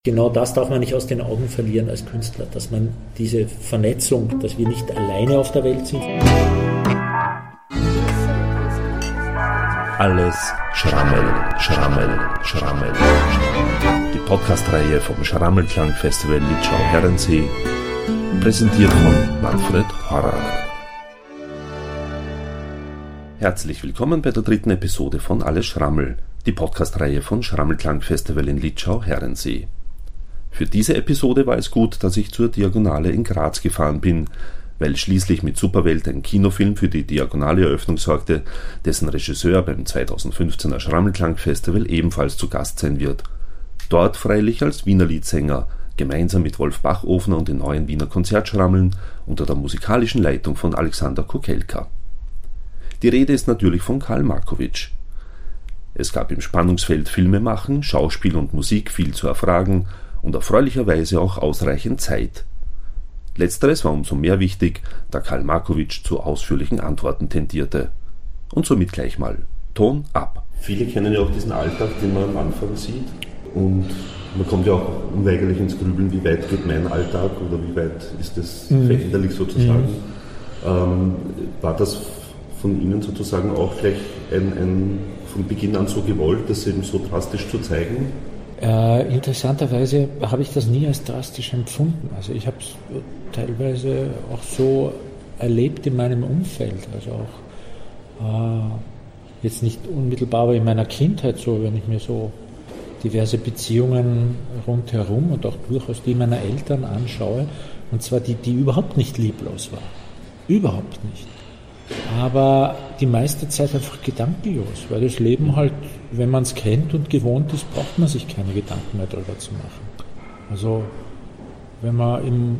Genau das darf man nicht aus den Augen verlieren als Künstler, dass man diese Vernetzung, dass wir nicht alleine auf der Welt sind. Alles Schrammel, Schrammel, Schrammel. Die Podcast-Reihe vom Schrammelklang-Festival Litschau-Herrensee, präsentiert von Manfred Horrer. Herzlich willkommen bei der 3. Episode von Alles Schrammel, die Podcast-Reihe von Schrammelklang-Festival in Litschau-Herrensee. Für diese Episode war es gut, dass ich zur Diagonale in Graz gefahren bin, weil schließlich mit Superwelt ein Kinofilm für die Diagonale-Eröffnung sorgte, dessen Regisseur beim 2015er Schrammelklang-Festival ebenfalls zu Gast sein wird. Dort freilich als Wiener Liedsänger, gemeinsam mit Wolf Bachofner und den Neuen Wiener Konzertschrammeln unter der musikalischen Leitung von Alexander Kokelka. Die Rede ist natürlich von Karl Markowitsch. Es gab im Spannungsfeld Filmemachen, Schauspiel und Musik viel zu erfragen und erfreulicherweise auch ausreichend Zeit. Letzteres war umso mehr wichtig, da Karl Markowitsch zu ausführlichen Antworten tendierte. Und somit gleich mal Ton ab. Viele kennen ja auch diesen Alltag, den man am Anfang sieht. Und man kommt ja auch unweigerlich ins Grübeln, wie weit geht mein Alltag oder wie weit ist das veränderlich sozusagen. War das von Ihnen sozusagen auch gleich von Beginn an so gewollt, das eben so drastisch zu zeigen? Interessanterweise habe ich das nie als drastisch empfunden. Also ich habe es teilweise auch so erlebt in meinem Umfeld. Also auch jetzt nicht unmittelbar, aber in meiner Kindheit so, wenn ich mir so diverse Beziehungen rundherum und auch durchaus die meiner Eltern anschaue. Und zwar die überhaupt nicht lieblos war. Überhaupt nicht. Aber die meiste Zeit einfach gedankenlos, weil das Leben halt, wenn man es kennt und gewohnt ist, braucht man sich keine Gedanken mehr darüber zu machen. Also wenn man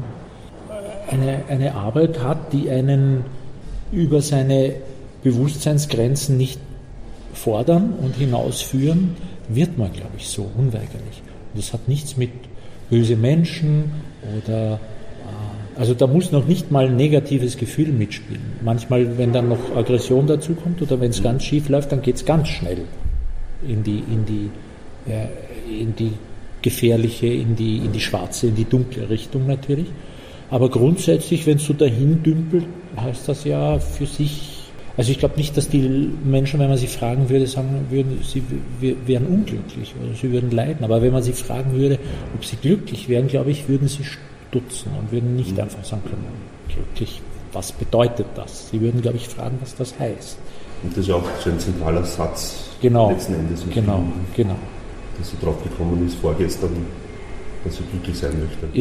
eine Arbeit hat, die einen über seine Bewusstseinsgrenzen nicht fordern und hinausführen, wird man, glaube ich, so unweigerlich. Und das hat nichts mit böse Menschen oder also da muss noch nicht mal ein negatives Gefühl mitspielen. Manchmal, wenn dann noch Aggression dazukommt oder wenn es ganz schief läuft, dann geht es ganz schnell in die gefährliche, in die schwarze, in die dunkle Richtung natürlich. Aber grundsätzlich, wenn es so dahin dümpelt, heißt das ja für sich, also ich glaube nicht, dass die Menschen, wenn man sie fragen würde, sagen würden, sie wären unglücklich oder sie würden leiden. Aber wenn man sie fragen würde, ob sie glücklich wären, glaube ich, würden sie stutzen und würden nicht einfach sagen können, glücklich, was bedeutet das? Sie würden, glaube ich, fragen, was das heißt. Und das ist ja auch so ein zentraler Satz letzten Endes. Genau. Dass sie drauf gekommen ist vorgestern, dass sie glücklich sein möchte.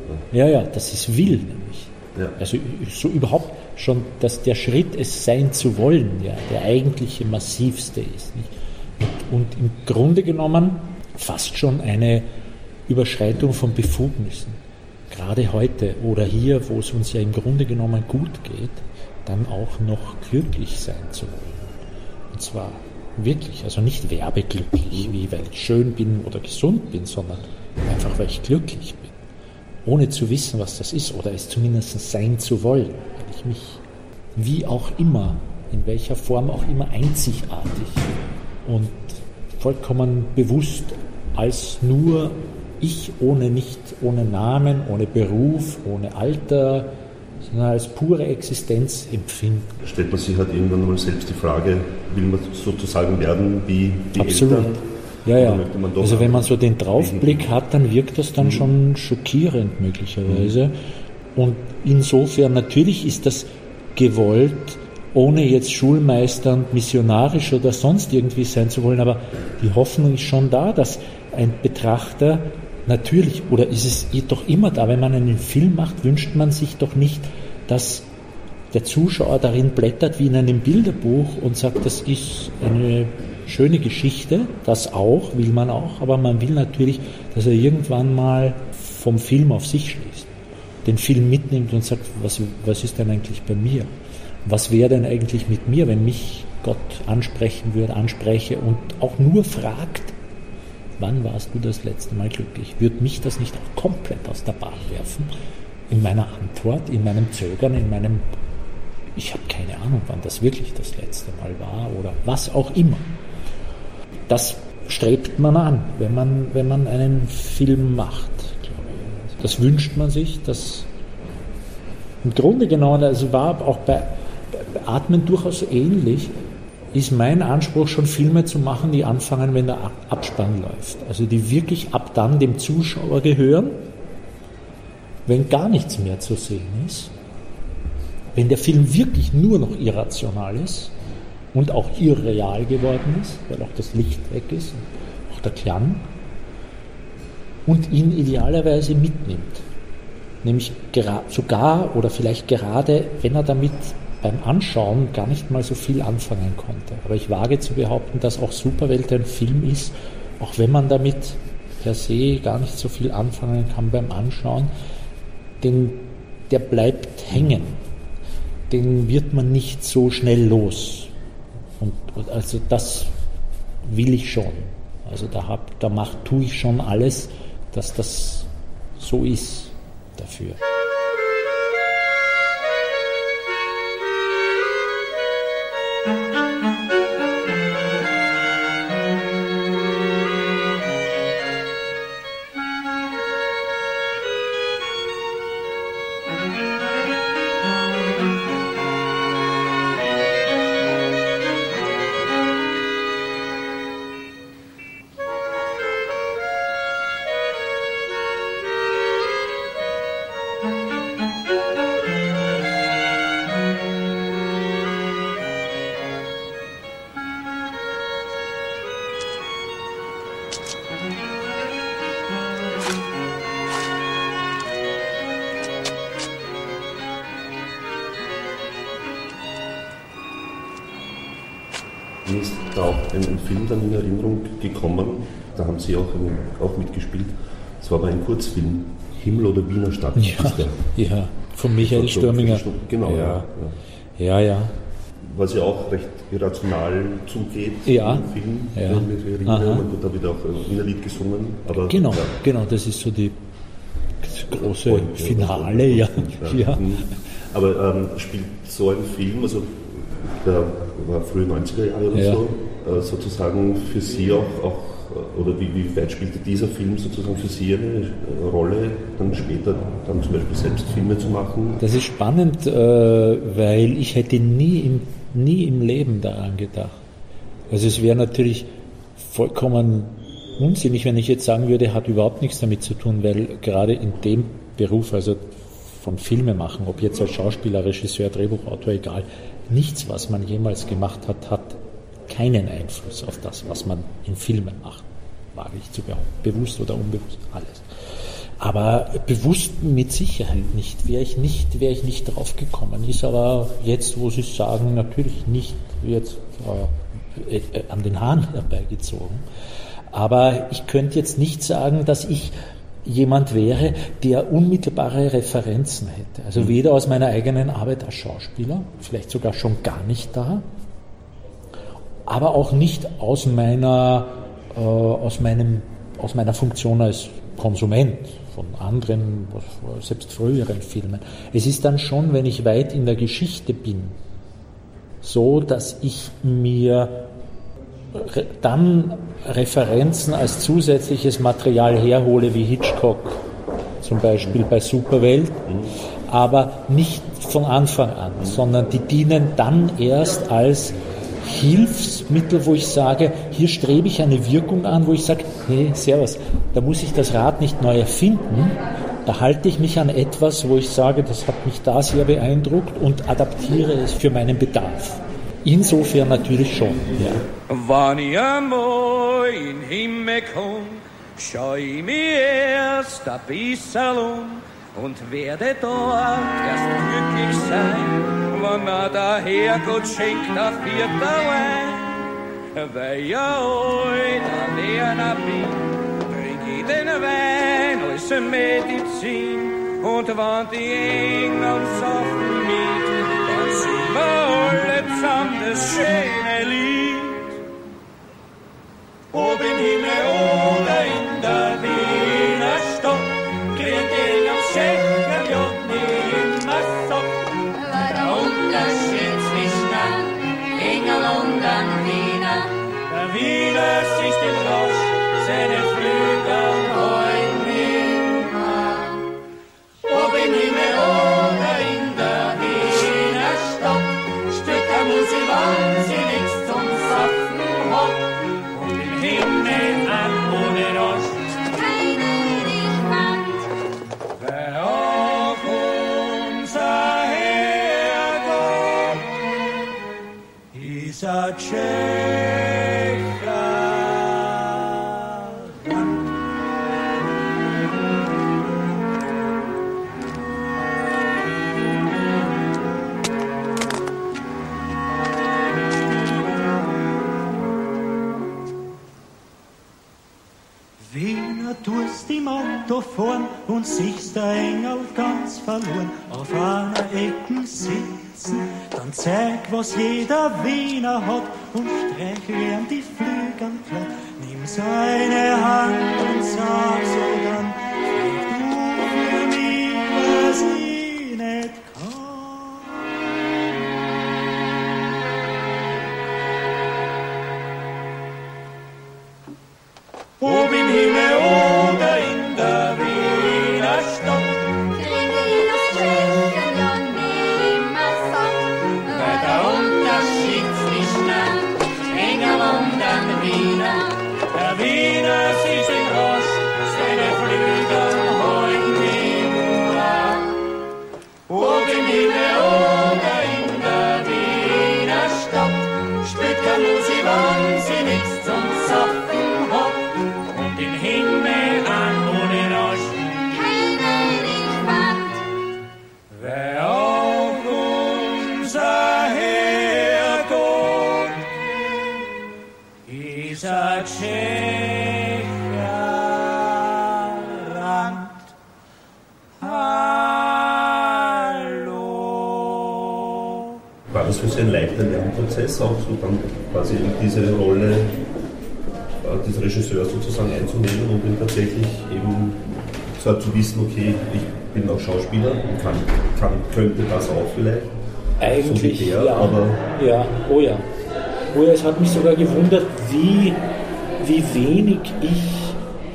Ja, das ist will nämlich. Ja. Also so überhaupt schon, dass der Schritt, es sein zu wollen, ja, der eigentliche massivste ist. Nicht? Und im Grunde genommen fast schon eine Überschreitung von Befugnissen. Gerade heute oder hier, wo es uns ja im Grunde genommen gut geht, dann auch noch glücklich sein zu wollen. Und zwar wirklich, also nicht werbeglücklich, wie weil ich schön bin oder gesund bin, sondern einfach, weil ich glücklich bin. Ohne zu wissen, was das ist oder es zumindest sein zu wollen. Weil ich mich wie auch immer, in welcher Form auch immer einzigartig und vollkommen bewusst als nur ich ohne Namen, ohne Beruf, ohne Alter, sondern als pure Existenz empfinden. Stellt man sich halt irgendwann mal selbst die Frage, will man sozusagen werden wie die Absolut. Eltern? Ja. Also wenn man so den Draufblick hat, dann wirkt das dann schon schockierend möglicherweise. Und insofern, natürlich ist das gewollt, ohne jetzt Schulmeister und missionarisch oder sonst irgendwie sein zu wollen, aber die Hoffnung ist schon da, dass ein Betrachter natürlich, oder ist es doch immer da, wenn man einen Film macht, wünscht man sich doch nicht, dass der Zuschauer darin blättert wie in einem Bilderbuch und sagt, das ist eine schöne Geschichte, das auch, will man auch, aber man will natürlich, dass er irgendwann mal vom Film auf sich schließt, den Film mitnimmt und sagt, was ist denn eigentlich bei mir? Was wäre denn eigentlich mit mir, wenn mich Gott anspreche und auch nur fragt, wann warst du das letzte Mal glücklich? Würde mich das nicht auch komplett aus der Bahn werfen? In meiner Antwort, in meinem Zögern, ich habe keine Ahnung, wann das wirklich das letzte Mal war oder was auch immer. Das strebt man an, wenn man einen Film macht, glaube ich. Das wünscht man sich, das im Grunde genommen, also war auch bei Atmen durchaus ähnlich, ist mein Anspruch schon Filme zu machen, die anfangen, wenn der Abspann läuft. Also die wirklich ab dann dem Zuschauer gehören, wenn gar nichts mehr zu sehen ist, wenn der Film wirklich nur noch irrational ist und auch irreal geworden ist, weil auch das Licht weg ist, auch der Klang, und ihn idealerweise mitnimmt. Nämlich sogar oder vielleicht gerade, wenn er damit beim Anschauen gar nicht mal so viel anfangen konnte. Aber ich wage zu behaupten, dass auch Superwelt ein Film ist, auch wenn man damit per se gar nicht so viel anfangen kann beim Anschauen, denn der bleibt hängen. Den wird man nicht so schnell los. Und also das will ich schon. Also tue ich schon alles, dass das so ist dafür. Mir ist da auch ein Film dann in Erinnerung gekommen, da haben Sie auch mitgespielt. Es war aber ein Kurzfilm, Himmel oder Wiener Stadt. Ja, von Michael Stürminger. Genau, ja. Was ja auch recht irrational zugeht im Film, mit Irina, man wird da wieder auch Innerlied gesungen. Aber, genau, das ist so das große Finale, ja. Aber spielt so ein Film, also der war frühe 90er Jahre oder so, sozusagen für Sie auch oder wie weit spielte dieser Film sozusagen für Sie eine Rolle, dann später dann zum Beispiel selbst Filme zu machen? Das ist spannend, weil ich hätte nie im Leben daran gedacht. Also es wäre natürlich vollkommen unsinnig, wenn ich jetzt sagen würde, hat überhaupt nichts damit zu tun, weil gerade in dem Beruf, also von Filme machen, ob jetzt als Schauspieler, Regisseur, Drehbuchautor, egal, nichts, was man jemals gemacht hat, hat keinen Einfluss auf das, was man in Filmen macht, wage ich zu behaupten. Bewusst oder unbewusst, alles. Aber bewusst mit Sicherheit nicht, wäre ich nicht drauf gekommen. Ist aber jetzt, wo Sie es sagen, natürlich nicht jetzt an den Haaren herbeigezogen. Aber ich könnte jetzt nicht sagen, dass ich jemand wäre, der unmittelbare Referenzen hätte. Also weder aus meiner eigenen Arbeit als Schauspieler, vielleicht sogar schon gar nicht da, aber auch nicht aus meiner Funktion als Konsument von anderen, selbst früheren Filmen. Es ist dann schon, wenn ich weit in der Geschichte bin, so, dass ich mir dann Referenzen als zusätzliches Material herhole, wie Hitchcock zum Beispiel bei Superwelt, aber nicht von Anfang an, sondern die dienen dann erst als Hilfsmittel, wo ich sage, hier strebe ich eine Wirkung an, wo ich sage, hey, servus, da muss ich das Rad nicht neu erfinden, da halte ich mich an etwas, wo ich sage, das hat mich da sehr beeindruckt und adaptiere es für meinen Bedarf. Insofern natürlich schon, ja. Wann ich einmal in den Himmel komm, schau ich mir erst ein bisschen und werde dort erst glücklich sein, wenn mir der Herrgott schenkt ein vierter Wein. Weil ja alter Werner bin, trink ich den Wein als Medizin, und wenn die Engel saufen mit, dann singen wir alle zusammen das schöne Lied. Ob im Himmel oder in der Wiener Stadt, klingt Engel schenken ja nicht immer so. Der Unterschied zwischen einem Engel und einem Wiener, Der Wiener sich den Raum im Auto fahren und siehst der Engel ganz verloren auf einer Ecken sitzen. Dann zeig, was jeder Wiener hat und streichel ihm die Flügel glatt. Nimm seine Hand und sag so dann, du für mich, was ich nicht kann. Ob im Himmel oder in der Wiener Stadt, Kriegen das Schwächen ja nimmer satt. weil der Unterschied zwischen einem Engel und einem Wiener, der Wiener sieht sich rasch, seine Flügel halten nimmer. Ob im Himmel oder in der Wiener Stadt, spielt keine Musik, wann sie nichts zum Zapfen hat. Und im Himmel an ohne Rasch, Keiner nicht fand. wer auch unser Herrgott ist ein Tschecherland. Hallo. War das für Sie ein leichter Lernprozess, auch so dann quasi in diese Rolle des Regisseurs sozusagen einzunehmen und dann tatsächlich eben zwar zu wissen, okay, ich bin auch Schauspieler und könnte das auch vielleicht? Eigentlich, so wie der, ja. aber Ja, oh ja. Oh ja, es hat mich sogar gewundert, wie wenig ich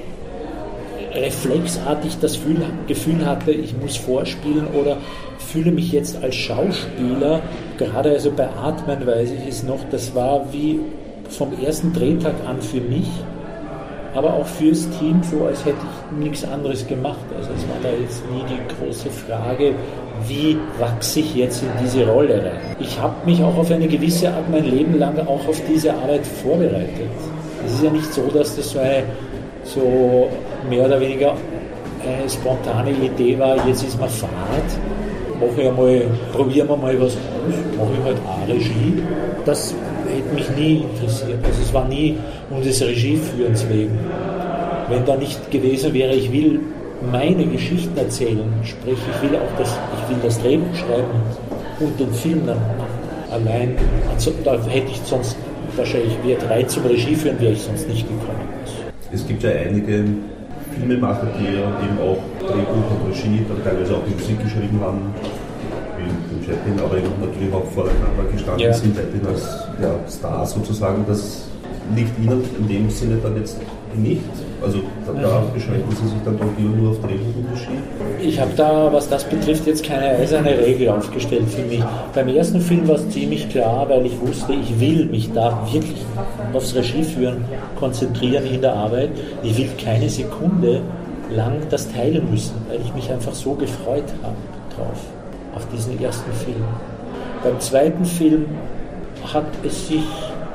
reflexartig das Gefühl hatte, ich muss vorspielen oder fühle mich jetzt als Schauspieler. Gerade also bei Atmen weiß ich es noch, das war wie vom ersten Drehtag an für mich, aber auch fürs Team so, als hätte ich nichts anderes gemacht. Also es war da jetzt nie die große Frage, wie wachse ich jetzt in diese Rolle rein. Ich habe mich auch auf eine gewisse Art mein Leben lang auch auf diese Arbeit vorbereitet. Es ist ja nicht so, dass das so mehr oder weniger eine spontane Idee war, jetzt ist mir Fahrt, probieren wir mal was aus, mache ich halt auch Regie. Das hätte mich nie interessiert. Also es war nie um des Regieführens wegen. Wenn da nicht gewesen wäre, ich will meine Geschichten erzählen, sprich ich will das Drehbuch schreiben und den Film dann machen. Allein, also, da hätte ich sonst wahrscheinlich rein zum Regie führen, wäre ich sonst nicht gekommen. es gibt ja einige Filmemacher, die ja eben auch Drehbuch und Regie, dann teilweise auch die Musik geschrieben haben, wie Chaplin, aber eben natürlich auch vor der Kamera gestanden sind, weiterhin als Stars sozusagen. Das liegt Ihnen in dem Sinne dann jetzt nicht? Also da beschränken Sie sich dann doch nur auf Drehbuch und Regie? Ich habe da, was das betrifft, jetzt keine eiserne Regel aufgestellt für mich. Beim ersten Film war es ziemlich klar, weil ich wusste, ich will mich da wirklich aufs Regieführen konzentrieren in der Arbeit. Ich will keine Sekunde lang das teilen müssen, weil ich mich einfach so gefreut habe drauf, auf diesen ersten Film. Beim zweiten Film hat es sich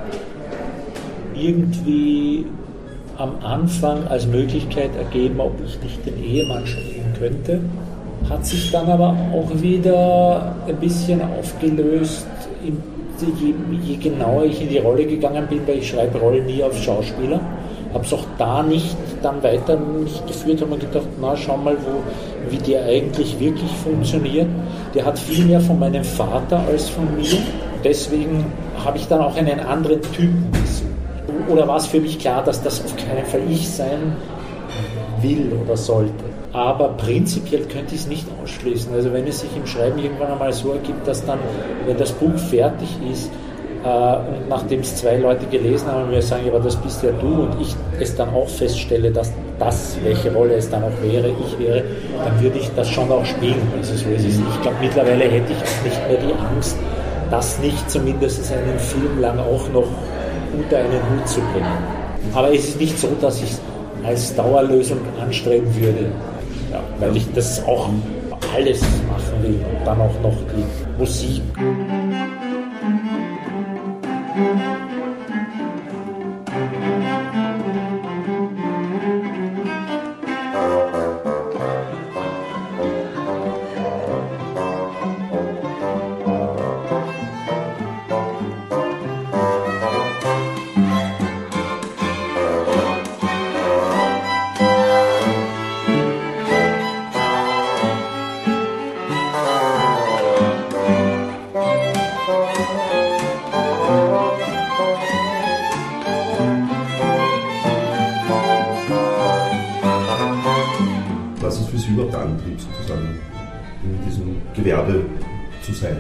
irgendwie am Anfang als Möglichkeit ergeben, ob ich nicht den Ehemann spielen könnte. Hat sich dann aber auch wieder ein bisschen aufgelöst, je genauer ich in die Rolle gegangen bin, weil ich schreibe Rollen nie auf Schauspieler. Habe es auch da nicht dann weiter nicht geführt, habe mir gedacht, na schau mal, wie der eigentlich wirklich funktioniert. Der hat viel mehr von meinem Vater als von mir. Deswegen habe ich dann auch einen anderen Typen gesucht. Oder war es für mich klar, dass das auf keinen Fall ich sein will oder sollte. Aber prinzipiell könnte ich es nicht ausschließen. Also wenn es sich im Schreiben irgendwann einmal so ergibt, dass dann, wenn das Buch fertig ist, und nachdem es 2 Leute gelesen haben und mir sagen, aber das bist ja du, und ich es dann auch feststelle, dass das, welche Rolle es dann auch wäre, ich wäre, dann würde ich das schon auch spielen. Also so ist es. Ich glaube, mittlerweile hätte ich auch nicht mehr die Angst, das nicht zumindest einen Film lang auch noch unter einen Hut zu bringen. Aber es ist nicht so, dass ich es als Dauerlösung anstreben würde, ja, weil ich das auch alles machen will und dann auch noch die Musik. was ist für Sie überhaupt Antrieb, sozusagen, in diesem Gewerbe zu sein?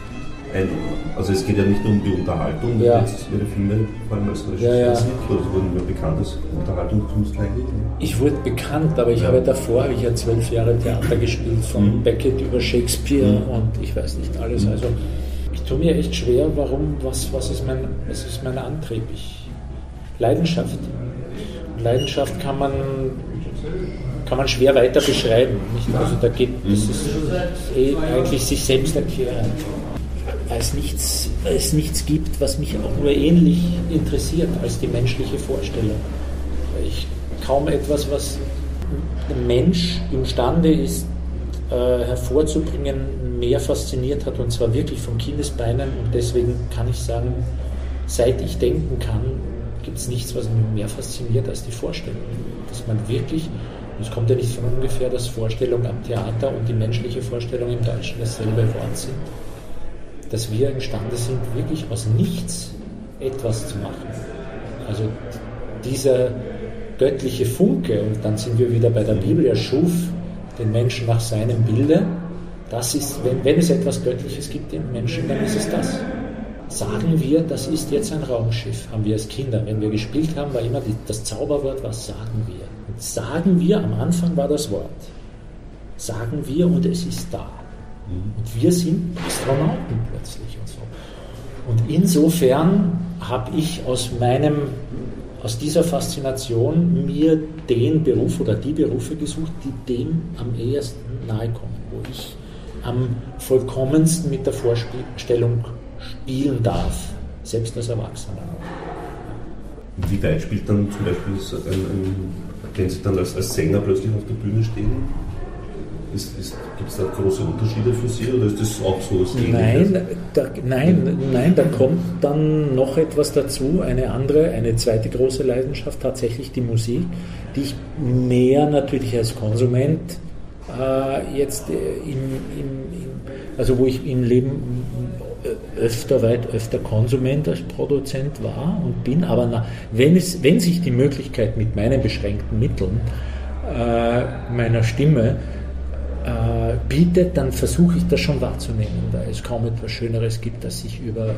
Also es geht ja nicht nur um die Unterhaltung, jetzt Ihre Filme, vor allem als Regisseur sind, oder Sie wurden immer bekannt als Unterhaltungskünstler eigentlich? Ich wurde bekannt, aber ich habe 12 Jahre Theater gespielt, von Beckett über Shakespeare und ich weiß nicht alles. Also ich tue mir echt schwer, was ist mein Antrieb? Leidenschaft. Und Leidenschaft kann man schwer weiter beschreiben. Nicht? Also das ist eigentlich sich selbst erklären. Weil es nichts gibt, was mich auch nur ähnlich interessiert als die menschliche Vorstellung. Kaum etwas, was ein Mensch imstande ist, hervorzubringen, mehr fasziniert hat, und zwar wirklich von Kindesbeinen. Und deswegen kann ich sagen, seit ich denken kann, gibt es nichts, was mich mehr fasziniert als die Vorstellung. Dass man wirklich, es kommt ja nicht von ungefähr, dass Vorstellung am Theater und die menschliche Vorstellung im Deutschen dasselbe Wort sind. Dass wir imstande sind, wirklich aus nichts etwas zu machen. Also dieser göttliche Funke, und dann sind wir wieder bei der Bibel, er schuf den Menschen nach seinem Bilde. Das ist, wenn es etwas Göttliches gibt im Menschen, dann ist es das. Sagen wir, das ist jetzt ein Raumschiff, haben wir als Kinder. Wenn wir gespielt haben, war immer das Zauberwort, was sagen wir? Und sagen wir, am Anfang war das Wort. Sagen wir und es ist da. Und wir sind Astronauten plötzlich und so. Und insofern habe ich aus dieser Faszination mir den Beruf oder die Berufe gesucht, die dem am ehesten nahe kommen, wo ich am vollkommensten mit der Vorstellung spielen darf, selbst als Erwachsener. Wie weit spielt dann zum Beispiel, wenn Sie dann als Sänger plötzlich auf der Bühne stehen? Gibt es da große Unterschiede für Sie, oder ist das auch so das Ähnliche? Nein, da kommt dann noch etwas dazu, eine zweite große Leidenschaft, tatsächlich die Musik, die ich mehr natürlich als Konsument also wo ich im Leben weit öfter Konsument als Produzent war und bin, aber wenn sich die Möglichkeit mit meinen beschränkten Mitteln meiner Stimme bietet, dann versuche ich das schon wahrzunehmen, da es kaum etwas Schöneres gibt, als sich über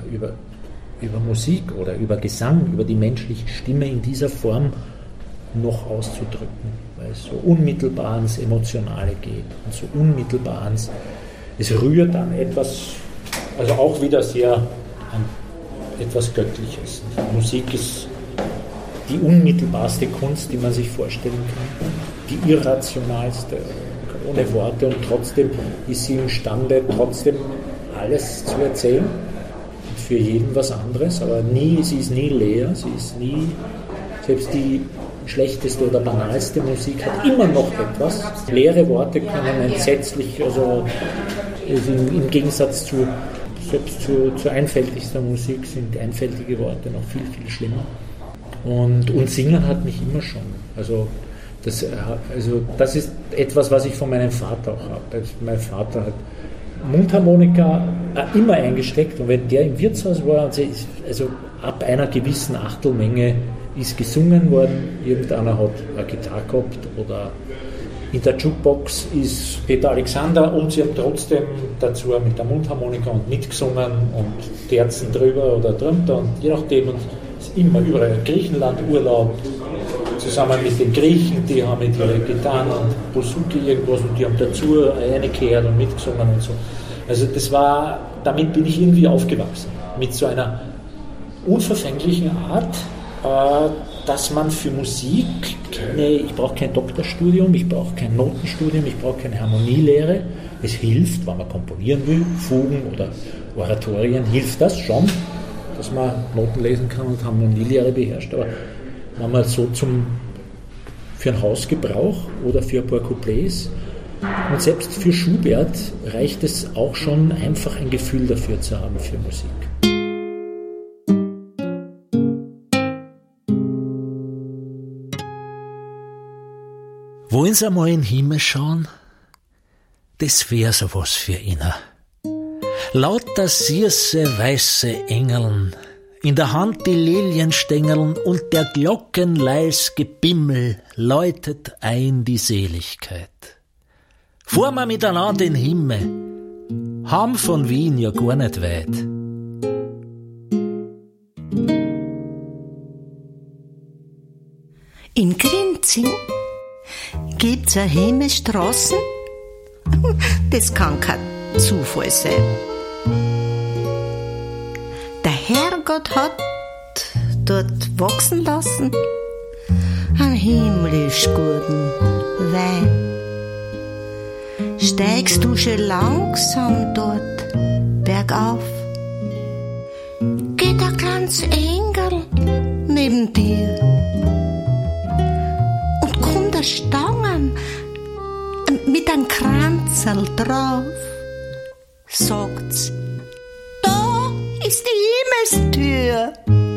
Musik oder über Gesang, über die menschliche Stimme in dieser Form noch auszudrücken, weil es so unmittelbar ans Emotionale geht und so unmittelbar es rührt an etwas, also auch wieder sehr an etwas Göttliches. Musik ist die unmittelbarste Kunst, die man sich vorstellen kann, die irrationalste, ohne Worte, und trotzdem ist sie imstande, trotzdem alles zu erzählen. Und für jeden was anderes, aber sie ist nie leer, selbst die schlechteste oder banalste Musik hat immer noch etwas. Leere Worte können entsetzlich, also im Gegensatz zur einfältigster Musik sind einfältige Worte noch viel, viel schlimmer. Und Singen hat mich immer schon, also das ist etwas, was ich von meinem Vater auch habe. Mein Vater hat Mundharmonika immer eingesteckt, und wenn der im Wirtshaus war, also ab einer gewissen Achtelmenge ist gesungen worden, irgendeiner hat eine Gitarre gehabt oder in der Jukebox ist Peter Alexander, und sie haben trotzdem dazu mit der Mundharmonika und mitgesungen und Terzen drüber oder drunter und je nachdem, und ist immer überall Griechenland Urlaub, zusammen mit den Griechen, die haben mit ihrer Gitarren und Bouzouki irgendwas und die haben dazu reingekehrt und mitgesungen und so. Also damit bin ich irgendwie aufgewachsen, mit so einer unverfänglichen Art, dass man für Musik ich brauche kein Doktorstudium, ich brauche kein Notenstudium, ich brauche keine Harmonielehre. Es hilft, wenn man komponieren will, Fugen oder Oratorien, hilft das schon, dass man Noten lesen kann und Harmonielehre beherrscht, aber wenn man so für einen Hausgebrauch oder für ein paar Couplets, und selbst für Schubert reicht es auch schon, einfach ein Gefühl dafür zu haben für Musik. Wollen Sie einmal in den Himmel schauen? Das wär sowas für Ihnen. Lauter süße, weiße Engeln in der Hand die Lilienstängeln und der Glockenleis Gebimmel läutet ein die Seligkeit. Fahren wir miteinander in den Himmel, haben von Wien ja gar nicht weit. In Grinzing gibt's eine Himmelsstraßen? Das kann kein Zufall sein. Der Herrgott hat dort wachsen lassen einen himmlisch guten Wein. Steigst du schon langsam dort bergauf, geht ein kleines Engel neben dir und kommt der Stangen mit einem Kranzl drauf, sagt's, da ist die Himmelstür.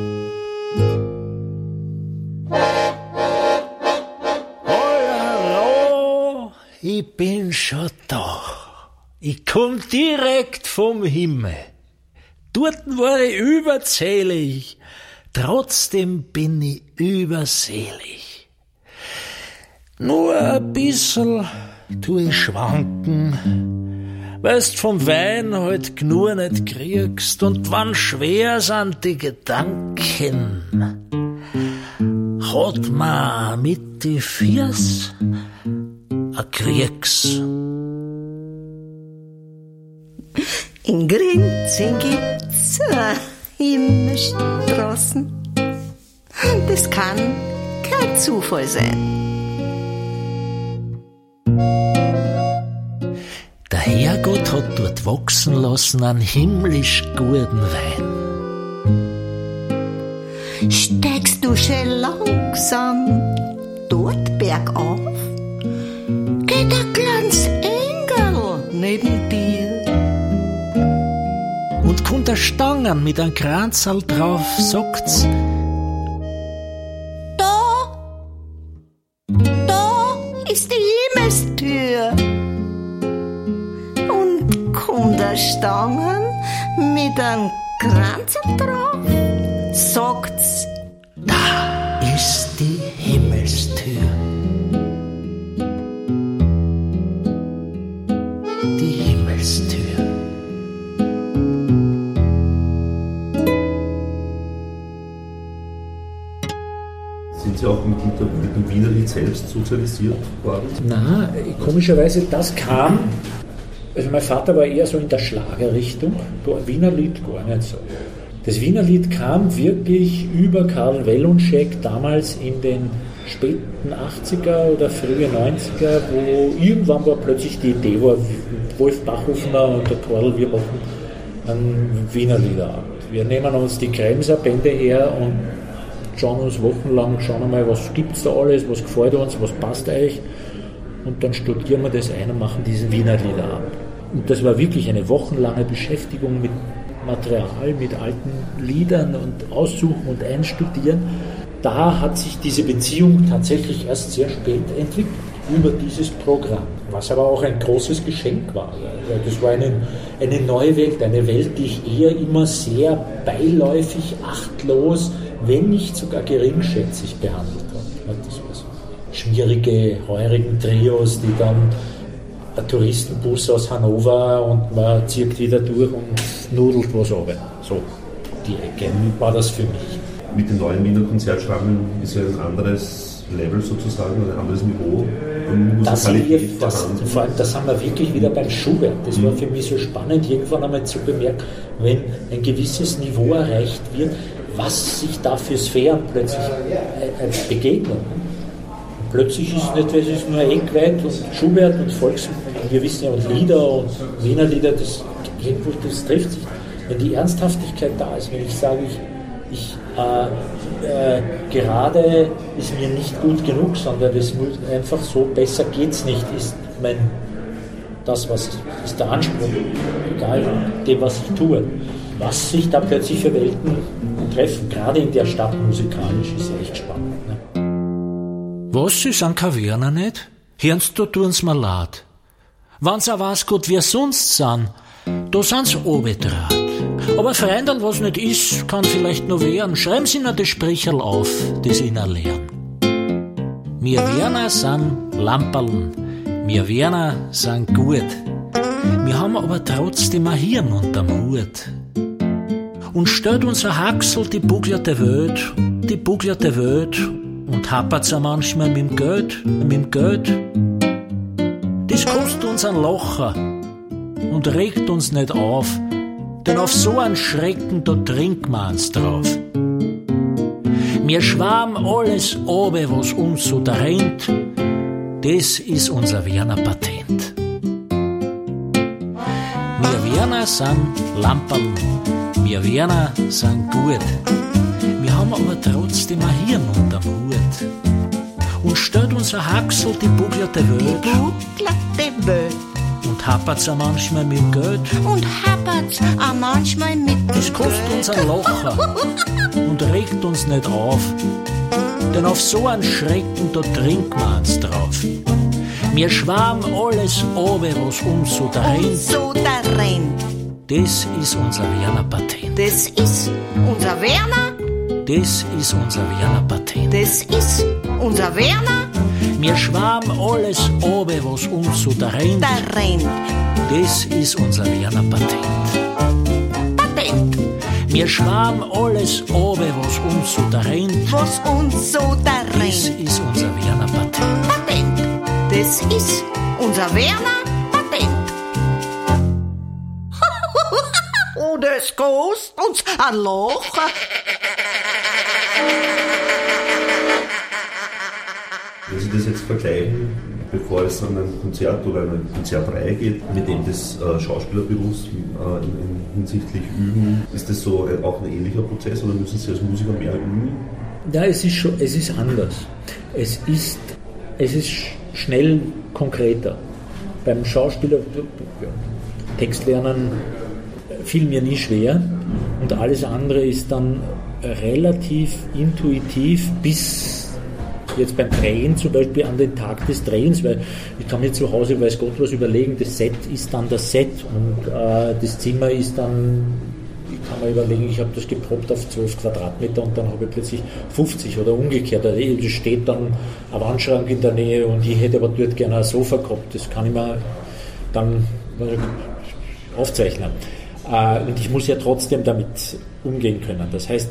Hallo, ich bin schon da. Ich komm direkt vom Himmel. Dort war ich überzählig, trotzdem bin ich überselig. Nur ein bissl tu ich schwanken, weil's vom Wein halt gnur nicht kriegst, und wann schwer sind die Gedanken, hat ma mit die Fiers a Kriegs. In Grinzing gibt's Himmelstraßen. Das kann kein Zufall sein. Der Herrgott hat dort wachsen lassen einen himmlisch guten Wein. Steigst du schon langsam dort bergauf, geht ein kleines Engel neben dir Und kommt der Stangen mit einem Kranzl drauf, sagt's, da ist die Himmelstür. Und kommt der Stangen mit einem Kranz drauf, sagt's, da ist die Himmelstür. Die Himmelstür. Sind Sie auch mit dem Wienerlied selbst sozialisiert worden? Na, komischerweise, das kam, also mein Vater war eher so in der Schlagerrichtung, Wienerlied gar nicht so. Das Wienerlied kam wirklich über Karl Wellonschek damals in den späten 80er oder frühe 90er, wo irgendwann war plötzlich die Idee, war Wolf Bachhofner und der Torl, wir machen einen Wienerliederabend. Wir nehmen uns die Kremser Bände her und schauen uns wochenlang, schauen einmal, was gibt's da alles, was gefällt uns, was passt euch, und dann studieren wir das ein und machen diesen Wienerliederabend. Und das war wirklich eine wochenlange Beschäftigung mit Material, mit alten Liedern und aussuchen und einstudieren. Da hat sich diese Beziehung tatsächlich erst sehr spät entwickelt, über dieses Programm, was aber auch ein großes Geschenk war. Das war eine neue Welt, eine Welt, die ich eher immer sehr beiläufig, achtlos, wenn nicht sogar geringschätzig behandelt habe. Das war so schmierige, heurigen Trios, die dann ein Touristenbus aus Hannover und man zieht wieder durch und nudelt was runter. So, die Ecke war das für mich. Mit den neuen Wiener Konzertschrammeln ist ja ein anderes Level sozusagen, ein anderes Niveau. Vor allem, das haben wir wirklich wieder beim Schubert. Das war für mich so spannend, irgendwann einmal zu bemerken, wenn ein gewisses Niveau erreicht wird, was sich da für Sphären plötzlich begegnen. Plötzlich ist es nicht, weil es ist nur Eckweit und Schubert und Volksmusik, wir wissen ja, und Lieder und Wiener Lieder, das trifft sich. Wenn die Ernsthaftigkeit da ist, wenn ich sage, gerade ist mir nicht gut genug, sondern es muss einfach so, besser geht's nicht, ist das, was ist der Anspruch, egal dem, was ich tue. Was sich da plötzlich für Welten treffen, gerade in der Stadt musikalisch, ist echt spannend. Ne? Was, sie sind keine Wiener nicht? Hören's, da tun's mir leid. Wenn's auch weiß Gott, wer sonst sind, da sind's obedrat. Aber Freundl, was nicht ist, kann vielleicht noch wehren. Schreiben Sie noch das Spricherl auf, das Ihnen lehren. Wir Werner sind Lamperln, wir Werner sind gut. Wir haben aber trotzdem ein Hirn unterm Hut. Und stellt unser Haxel die buglerte Welt, und happert's auch manchmal mit dem Geld. Das kostet uns ein Locher und regt uns nicht auf, denn auf so einen Schrecken, da trinkt man uns drauf. Wir schwarm alles obe, was uns so darennt, das ist unser Werner Patent. Wir Werner sind Lamperln, wir Werner sind gut. Wir haben aber trotzdem ein Hirn unterm Hut. Und stellt unser Haxel die buglerte Welt, und happert's auch manchmal mit Geld. Das kostet uns ein Locher und regt uns nicht auf, denn auf so einen Schrecken, da trinkt man uns drauf. Wir schwarm alles obe, was uns so darennt. Das ist unser Werner Patent. Das ist unser Werner. Das ist unser Werner Patent. Das ist unser Werner. Wir schwarm alles obe, was uns so darennt. Das ist unser Werner Patent. Wir schwarm alles obe, was uns so darennt. Das ist unser Werner Patent. Das ist unser Werner Patent. Oh, das kostet uns ein Locher. Wenn Sie das jetzt vergleichen, bevor es an ein Konzert oder eine Konzertreihe geht, mit dem des Schauspielerberufs hinsichtlich Üben, ist das so auch ein ähnlicher Prozess oder müssen Sie als Musiker mehr üben? Ja, es ist anders. Es ist schnell konkreter. Beim Schauspieler, Textlernen fiel mir nie schwer und alles andere ist dann relativ intuitiv bis jetzt beim Drehen zum Beispiel an den Tag des Drehens, weil ich kann mir zu Hause, weiß Gott, was überlegen, das Set ist dann das Set und das Zimmer ist dann, ich kann mir überlegen, ich habe das geproppt auf 12 Quadratmeter und dann habe ich plötzlich 50 oder umgekehrt. Also es steht dann ein Wandschrank in der Nähe und ich hätte aber dort gerne ein Sofa gehabt. Das kann ich mir dann aufzeichnen. Und ich muss ja trotzdem damit umgehen können. Das heißt,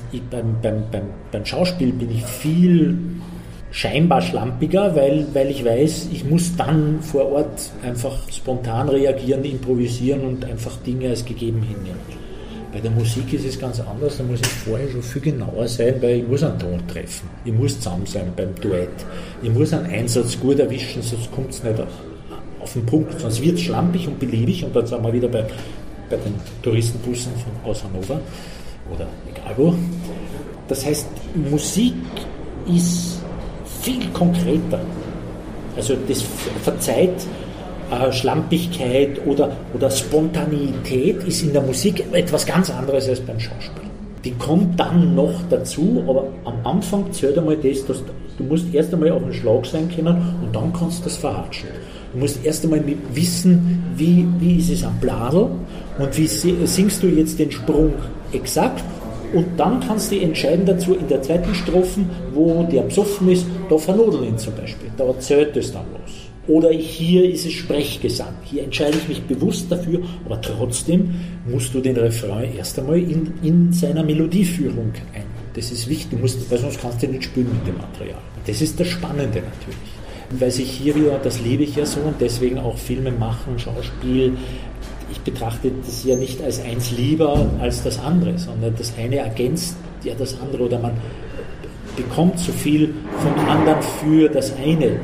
beim Schauspiel bin ich viel scheinbar schlampiger, weil ich weiß, ich muss dann vor Ort einfach spontan reagieren, improvisieren und einfach Dinge als gegeben hinnehmen. Bei der Musik ist es ganz anders, da muss ich vorher schon viel genauer sein, weil ich muss einen Ton treffen, ich muss zusammen sein beim Duett, ich muss einen Einsatz gut erwischen, sonst kommt es nicht auf den Punkt, sonst wird es schlampig und beliebig und dann sind wir wieder bei den Touristenbussen aus Hannover oder egal wo. Das heißt, Musik ist viel konkreter. Also das verzeiht Schlampigkeit oder Spontaneität ist in der Musik etwas ganz anderes als beim Schauspiel. Die kommt dann noch dazu, aber am Anfang zählt einmal das, dass du musst erst einmal auf den Schlag sein können und dann kannst du das verhatschen. Du musst erst einmal wissen, wie ist es am Bladel und wie singst du jetzt den Sprung exakt. Und dann kannst du entscheiden dazu in der zweiten Strophe, wo der besoffen ist, da vernudel ihn zum Beispiel, da zählt es dann los. Oder hier ist es Sprechgesang, hier entscheide ich mich bewusst dafür, aber trotzdem musst du den Refrain erst einmal in seiner Melodieführung ein. Das ist wichtig, weil sonst kannst du nicht spielen mit dem Material. Das ist das Spannende natürlich. Weil sich hier wieder, das liebe ich ja so und deswegen auch Filme machen, Schauspiel, ich betrachte das ja nicht als eins lieber als das andere, sondern das eine ergänzt ja das andere oder man bekommt so viel vom anderen für das eine.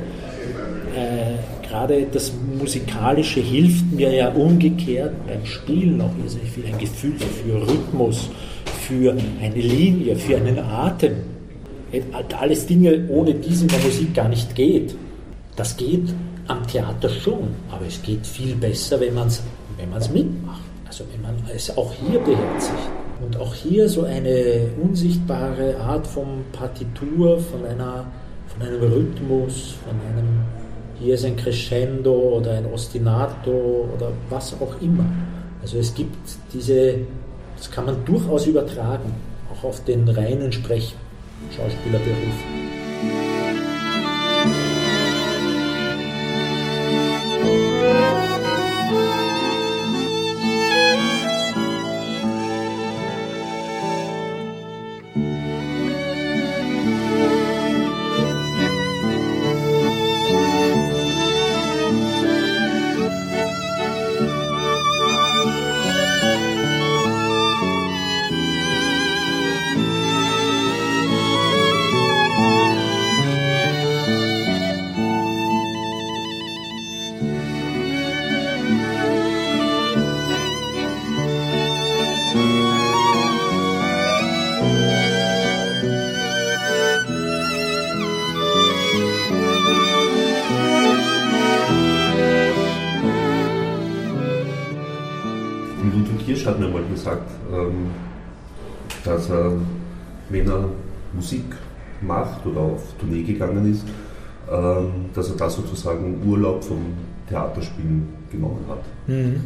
Gerade das Musikalische hilft mir ja umgekehrt beim Spielen auch irrsinnig viel, ein Gefühl für Rhythmus, für eine Linie, für einen Atem. Alles Dinge, ohne die es in der Musik gar nicht geht. Das geht am Theater schon, aber es geht viel besser, wenn man es mitmacht. Also wenn man es auch hier beherzigt. Und auch hier so eine unsichtbare Art von Partitur, von einem Rhythmus, hier ist ein Crescendo oder ein Ostinato oder was auch immer. Also es gibt diese Das kann man durchaus übertragen, auch auf den reinen Sprechschauspielerberuf. Hat mir mal gesagt, dass er, wenn er Musik macht oder auf Tournee gegangen ist, dass er da sozusagen Urlaub vom Theaterspielen genommen hat. Mhm.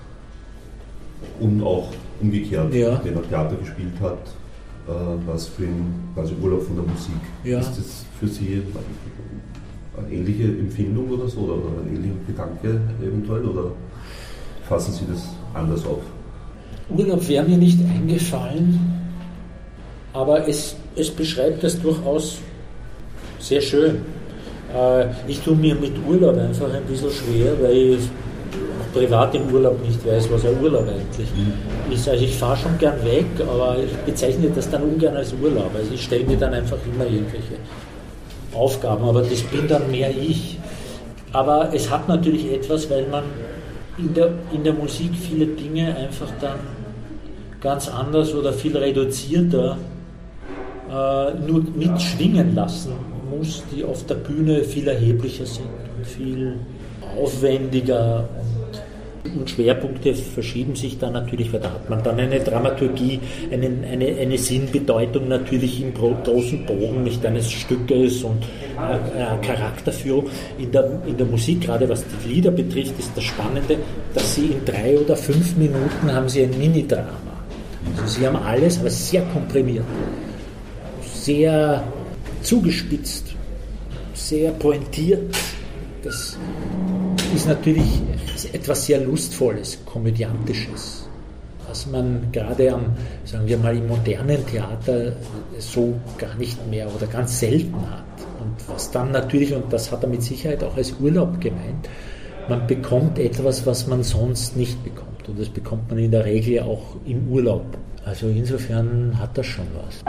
Und auch umgekehrt, wenn er Theater gespielt hat, war es für ihn quasi Urlaub von der Musik. Ja. Ist das für Sie eine ähnliche Empfindung oder so, oder ein ähnlicher Gedanke eventuell, oder fassen Sie das anders auf? Urlaub wäre mir nicht eingefallen, aber es beschreibt das durchaus sehr schön. Ich tue mir mit Urlaub einfach ein bisschen schwer, weil ich auch privat im Urlaub nicht weiß, was ein Urlaub eigentlich ist. Also ich fahre schon gern weg, aber ich bezeichne das dann ungern als Urlaub. Also ich stelle mir dann einfach immer irgendwelche Aufgaben, aber das bin dann mehr ich. Aber es hat natürlich etwas, weil man in der Musik viele Dinge einfach dann ganz anders oder viel reduzierter nur mitschwingen lassen muss, die auf der Bühne viel erheblicher sind und viel aufwendiger und Schwerpunkte verschieben sich dann natürlich, weil da hat man dann eine Dramaturgie, eine Sinnbedeutung natürlich im großen Bogen nicht eines Stückes und eine Charakterführung. In der Musik, gerade was die Lieder betrifft, ist das Spannende, dass sie in 3 oder 5 Minuten haben sie ein Mini-Drama. Also sie haben alles, aber sehr komprimiert, sehr zugespitzt, sehr pointiert. Das ist natürlich etwas sehr Lustvolles, Komödiantisches, was man gerade sagen wir mal, im modernen Theater so gar nicht mehr oder ganz selten hat. Und was dann natürlich, und das hat er mit Sicherheit auch als Urlaub gemeint, man bekommt etwas, was man sonst nicht bekommt. Und das bekommt man in der Regel auch im Urlaub. Also insofern hat das schon was.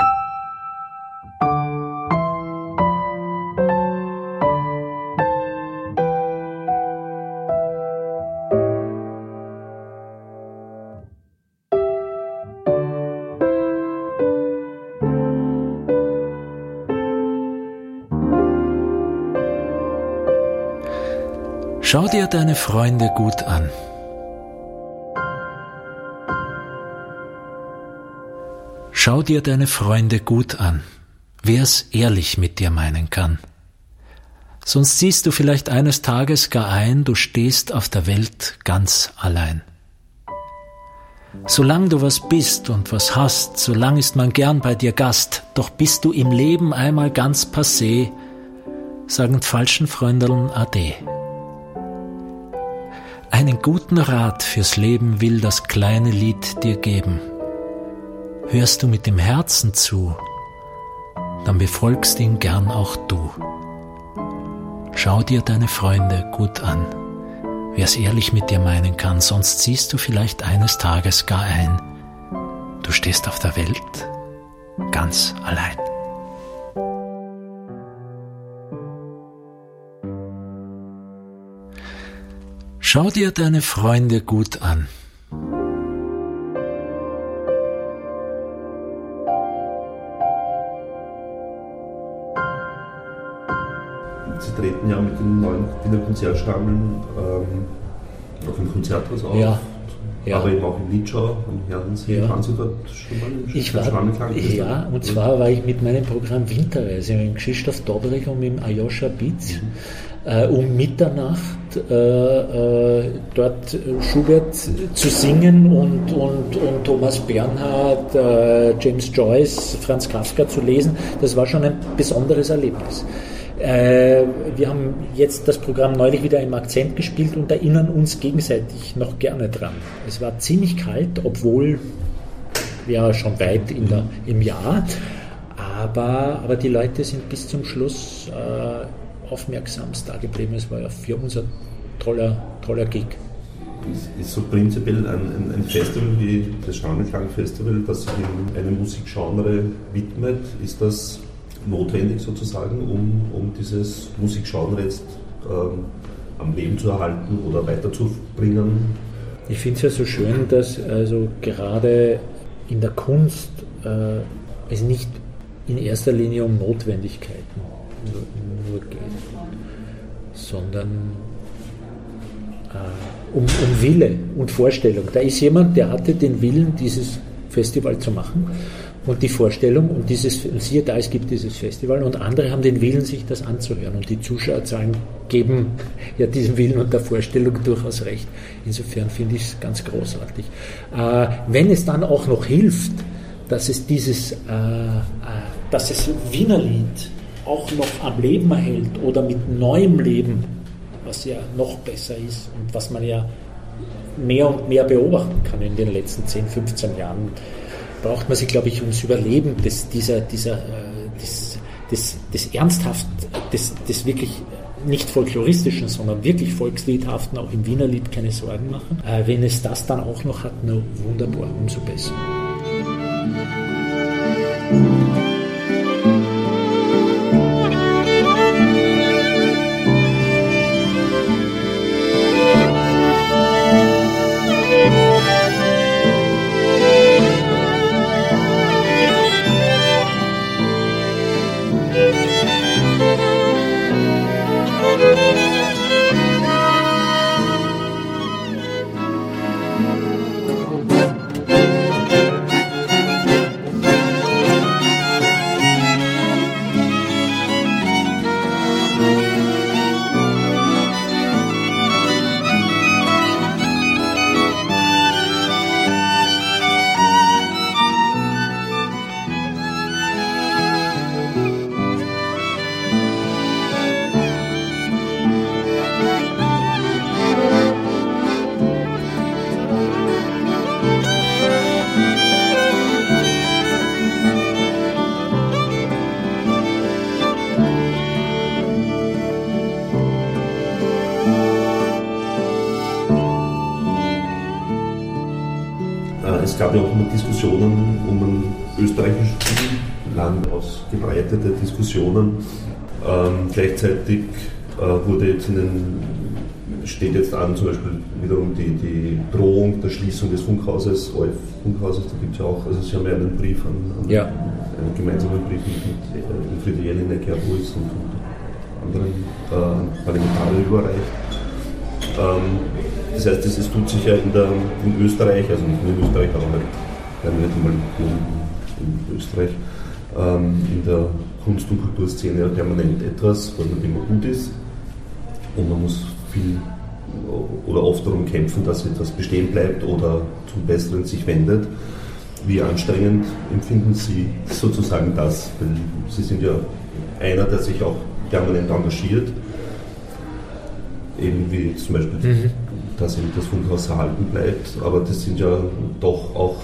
Schau dir deine Freunde gut an. Schau dir deine Freunde gut an, wer es ehrlich mit dir meinen kann. Sonst siehst du vielleicht eines Tages gar ein, du stehst auf der Welt ganz allein. Solang du was bist und was hast, solang ist man gern bei dir Gast, doch bist du im Leben einmal ganz passé, sagen falschen Freundeln Ade. Einen guten Rat fürs Leben will das kleine Lied dir geben. Hörst du mit dem Herzen zu, dann befolgst ihn gern auch du. Schau dir deine Freunde gut an, wer es ehrlich mit dir meinen kann, sonst siehst du vielleicht eines Tages gar ein, du stehst auf der Welt ganz allein. Schau dir deine Freunde gut an. Sie treten ja mit den neuen Wiener Konzertstrammeln auf ein Konzerthaus auf. Ja. Ja. Aber eben auch in Litschau am Herrensee. Ja. Waren Sie dort schon mal im Ich war, Schrammelklang? ja, und zwar war ich mit meinem Programm Winterreise mit Krzysztof Dobrich und mit Aljoscha Bitz um Mitternacht dort Schubert zu singen und Thomas Bernhard, James Joyce, Franz Kafka zu lesen. Das war schon ein besonderes Erlebnis. Wir haben jetzt das Programm neulich wieder im Akzent gespielt und erinnern uns gegenseitig noch gerne dran. Es war ziemlich kalt, obwohl ja schon weit im Jahr, aber die Leute sind bis zum Schluss aufmerksamst da geblieben. Es war ja für uns ein toller Gig. Ist so prinzipiell ein Festival wie das Schrammelklang-Festival, das sich in einem Musikgenre widmet, ist das notwendig sozusagen, um dieses Musikgenre jetzt am Leben zu erhalten oder weiterzubringen? Ich finde es ja so schön, dass also gerade in der Kunst es nicht in erster Linie um Notwendigkeiten nur geht, sondern um Wille und Vorstellung. Da ist jemand, der hatte den Willen, dieses Festival zu machen und die Vorstellung und siehe da, es gibt dieses Festival und andere haben den Willen, sich das anzuhören und die Zuschauerzahlen geben ja diesem Willen und der Vorstellung durchaus recht. Insofern finde ich es ganz großartig. Wenn es dann auch noch hilft, dass es dass es Wienerlied auch noch am Leben erhält oder mit neuem Leben, was ja noch besser ist und was man ja mehr und mehr beobachten kann in den letzten 10, 15 Jahren, braucht man sich, glaube ich, ums Überleben des ernsthaft, des wirklich nicht folkloristischen, sondern wirklich volksliedhaften, auch im Wienerlied keine Sorgen machen. Wenn es das dann auch noch hat, na wunderbar, umso besser. Es gab ja auch immer Diskussionen um den österreichischen Film, lang ausgebreitete Diskussionen. Gleichzeitig steht jetzt an, zum Beispiel wiederum die Drohung der Schließung des Funkhauses, ORF-Funkhauses, da gibt es ja auch, also Sie haben ja einen Brief einen gemeinsamen Brief mit Elfriede Jelinek, Gerd Ruiz und anderen Parlamentariern überreicht. Das heißt, es tut sich ja in Österreich, also nicht nur in Österreich, aber halt nicht einmal in Österreich, in der Kunst- und Kulturszene ja permanent etwas, was nicht immer gut ist. Und man muss viel oder oft darum kämpfen, dass etwas bestehen bleibt oder zum Besseren sich wendet. Wie anstrengend empfinden Sie sozusagen das? Weil Sie sind ja einer, der sich auch permanent engagiert. Eben wie zum Beispiel, dass eben das Funkhaus erhalten bleibt, aber das sind ja doch auch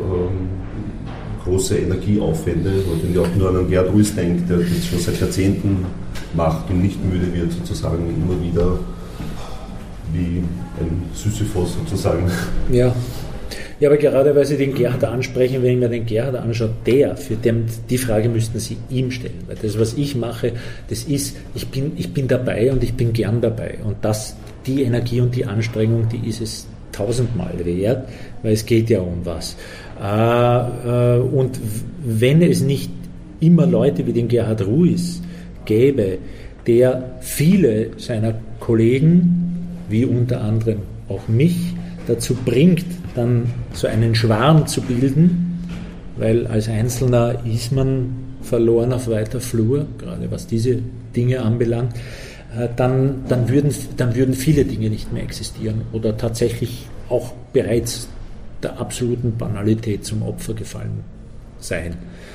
große Energieaufwände, wenn ich auch nur an einen Gerd Ruiz denke, der das schon seit Jahrzehnten macht und nicht müde wird, sozusagen immer wieder wie ein Sisyphos sozusagen. Ja. Ja, aber gerade weil Sie den Gerhard ansprechen, wenn ich mir den Gerhard anschaue, die Frage müssten Sie ihm stellen. Weil das, was ich mache, das ist, ich bin dabei und ich bin gern dabei. Und die Energie und die Anstrengung, die ist es 1000-mal wert, weil es geht ja um was. Und wenn es nicht immer Leute wie den Gerhard Ruiz gäbe, der viele seiner Kollegen, wie unter anderem auch mich, dazu bringt, dann so einen Schwarm zu bilden, weil als Einzelner ist man verloren auf weiter Flur, gerade was diese Dinge anbelangt, dann würden viele Dinge nicht mehr existieren oder tatsächlich auch bereits der absoluten Banalität zum Opfer gefallen sein.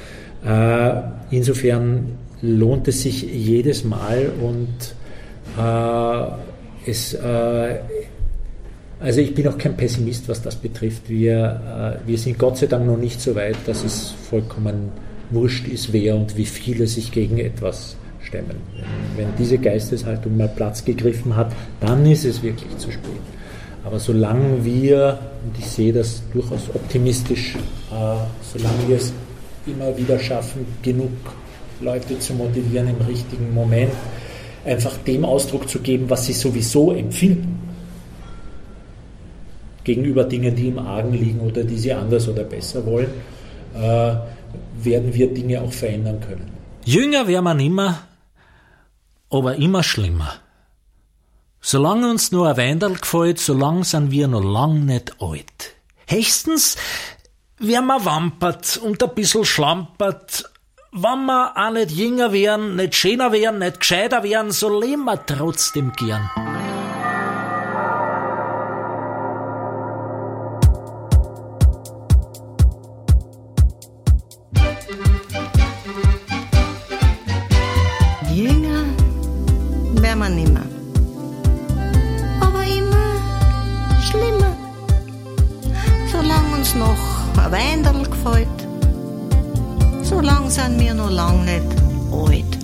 Insofern lohnt es sich jedes Mal und also ich bin auch kein Pessimist, was das betrifft. Wir sind Gott sei Dank noch nicht so weit, dass es vollkommen wurscht ist, wer und wie viele sich gegen etwas stemmen. Wenn diese Geisteshaltung mal Platz gegriffen hat, dann ist es wirklich zu spät. Aber solange wir, und ich sehe das durchaus optimistisch, solange wir es immer wieder schaffen, genug Leute zu motivieren im richtigen Moment, einfach dem Ausdruck zu geben, was sie sowieso empfinden, gegenüber Dingen, die im Argen liegen oder die sie anders oder besser wollen, werden wir Dinge auch verändern können. Jünger werden wir nimmer, aber immer schlimmer. Solange uns nur ein Weindl gefällt, solange sind wir noch lang nicht alt. Höchstens werden wir wampert und ein bisschen schlampert. Wenn wir auch nicht jünger werden, nicht schöner werden, nicht gescheiter werden, so leben wir trotzdem gern. Jünger werden wir nimmer. Aber immer schlimmer. Solange uns noch ein Weindl gefällt, solange sind wir noch lang nicht alt.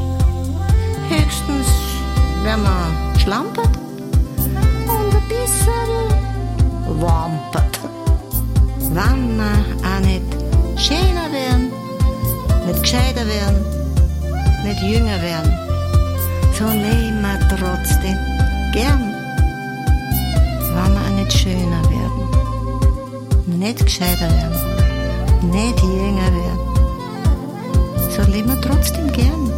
Höchstens werden wir schlampert und ein bisschen wampert. Wenn wir auch nicht schöner werden, nicht gescheiter werden, nicht jünger werden, so leben wir trotzdem gern. Wenn wir auch nicht schöner werden, nicht gescheiter werden, nicht jünger werden, so leben wir trotzdem gern.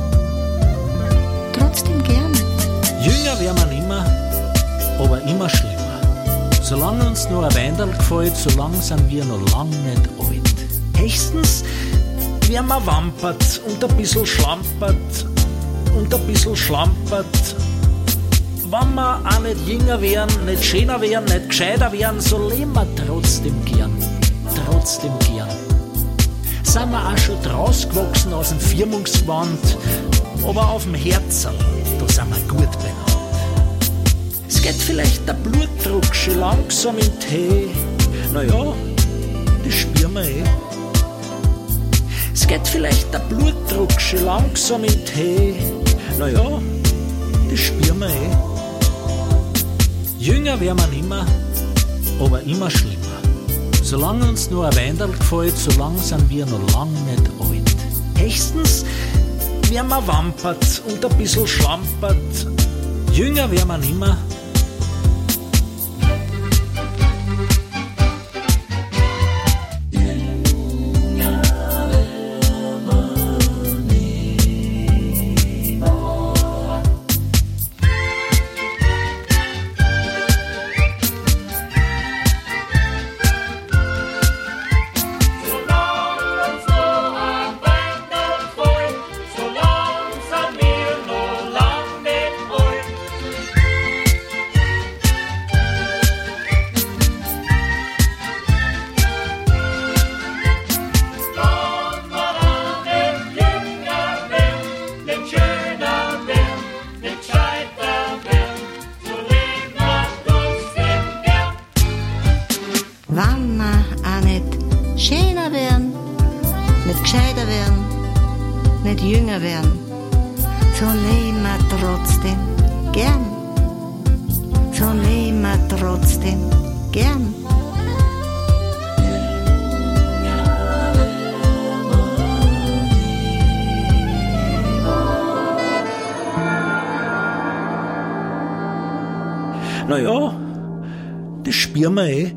Trotzdem gern. Jünger werden wir nimmer, aber immer schlimmer. Solange uns nur ein Weindl gefällt, solange sind wir noch lang nicht alt. Höchstens werden wir wampert und ein bisschen schlampert und ein bisschen schlampert. Wenn wir auch nicht jünger werden, nicht schöner werden, nicht gescheiter werden, so leben wir trotzdem gern. Trotzdem gern. Sind wir auch schon rausgewachsen aus dem Firmungsgewand, aber auf dem Herzl, da sind wir gut benannt. Es geht vielleicht der Blutdruck schon langsam in Tee, naja, das spüren wir eh. Es geht vielleicht der Blutdruck schon langsam in Tee, naja, das spüren wir eh. Jünger werden wir nimmer, aber immer schlimmer. Solange uns nur ein Weindl gefällt, solange sind wir noch lang nicht alt. Höchstens werden wir wampert und ein bisschen schlampert. Jünger werden wir nimmer. Wenn wir auch nicht schöner werden, nicht gescheiter werden, nicht jünger werden, so leben wir trotzdem gern. So leben wir trotzdem gern. Naja, das spüren wir eh.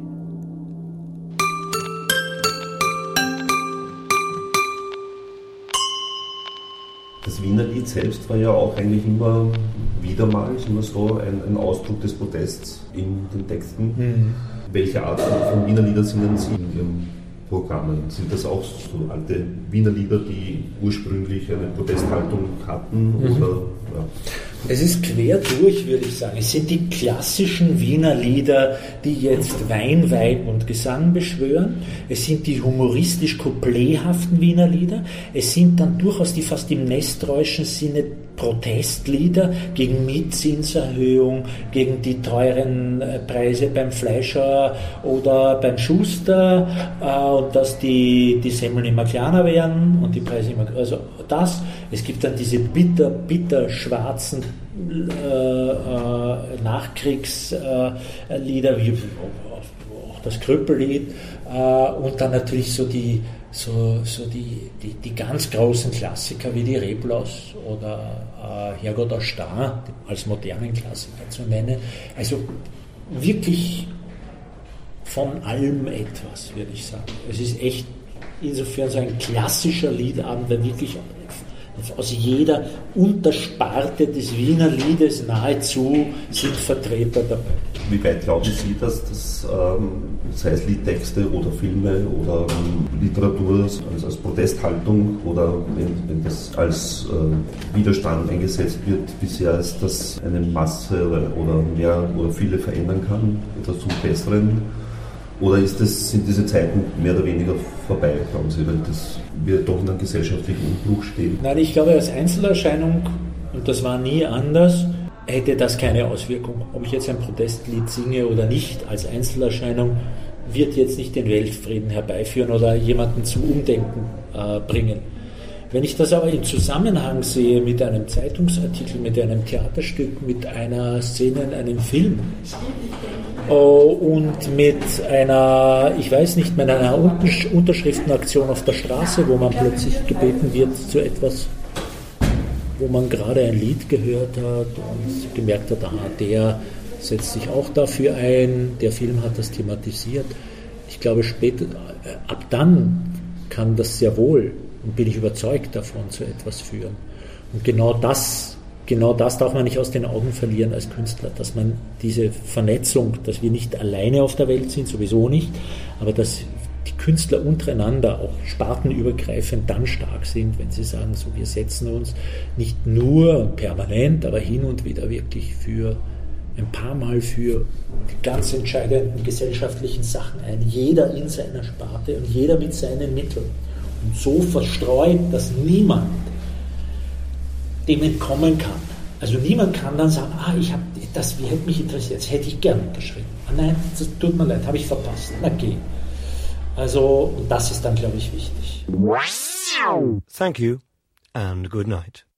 Das Wiener Lied selbst war ja auch eigentlich immer immer so ein Ausdruck des Protests in den Texten. Welche Art von Wiener Lieder singen Sie in Ihrem Programm? Sind das auch so alte Wiener Lieder, die ursprünglich eine Protesthaltung hatten? Oder, ja? Es ist quer durch, würde ich sagen. Es sind die klassischen Wiener Lieder, die jetzt Wein, Weib und Gesang beschwören. Es sind die humoristisch coupléhaften Wiener Lieder. Es sind dann durchaus die fast im Nestreuschen Sinne Protestlieder gegen Mietzinserhöhung, gegen die teuren Preise beim Fleischer oder beim Schuster und dass die Semmeln immer kleiner werden und die Preise immer, also das. Es gibt dann diese bitter schwarzen Nachkriegslieder, wie auch das Krüppellied, und dann natürlich so die ganz großen Klassiker wie die Reblaus oder Herrgott aus Star als modernen Klassiker zu nennen. Also wirklich von allem etwas, würde ich sagen. Es ist echt insofern so ein klassischer Liedabend, weil wirklich aus jeder Untersparte des Wiener Liedes nahezu sind Vertreter dabei. Wie weit glauben Sie, dass das, sei es Liedtexte oder Filme oder Literatur, als Protesthaltung oder wenn das als Widerstand eingesetzt wird, wie sehr ist das eine Masse oder mehr oder viele verändern kann, etwas zum Besseren? Oder sind diese Zeiten mehr oder weniger vorbei, glauben Sie, weil wir doch in einem gesellschaftlichen Umbruch stehen? Nein, ich glaube, als Einzelerscheinung, und das war nie anders, hätte das keine Auswirkung. Ob ich jetzt ein Protestlied singe oder nicht, als Einzelerscheinung, wird jetzt nicht den Weltfrieden herbeiführen oder jemanden zum Umdenken bringen. Wenn ich das aber im Zusammenhang sehe mit einem Zeitungsartikel, mit einem Theaterstück, mit einer Szene in einem Film und mit einer, ich weiß nicht, mit einer Unterschriftenaktion auf der Straße, wo man plötzlich gebeten wird zu etwas, wo man gerade ein Lied gehört hat und gemerkt hat, der setzt sich auch dafür ein, der Film hat das thematisiert. Ich glaube, später, ab dann kann das sehr wohl, und bin ich überzeugt davon, zu etwas führen. Und genau das darf man nicht aus den Augen verlieren als Künstler, dass man diese Vernetzung, dass wir nicht alleine auf der Welt sind, sowieso nicht, aber dass die Künstler untereinander auch spartenübergreifend dann stark sind, wenn sie sagen, so, wir setzen uns nicht nur permanent, aber hin und wieder wirklich für ein paar Mal für die ganz entscheidenden gesellschaftlichen Sachen ein. Jeder in seiner Sparte und jeder mit seinen Mitteln. Und so verstreut, dass niemand dem entkommen kann. Also niemand kann dann sagen, das hätte mich interessiert, das hätte ich gern unterschrieben. Nein, das tut mir leid, habe ich verpasst. Na geh. Also, und das ist dann, glaube ich, wichtig. Thank you and good night.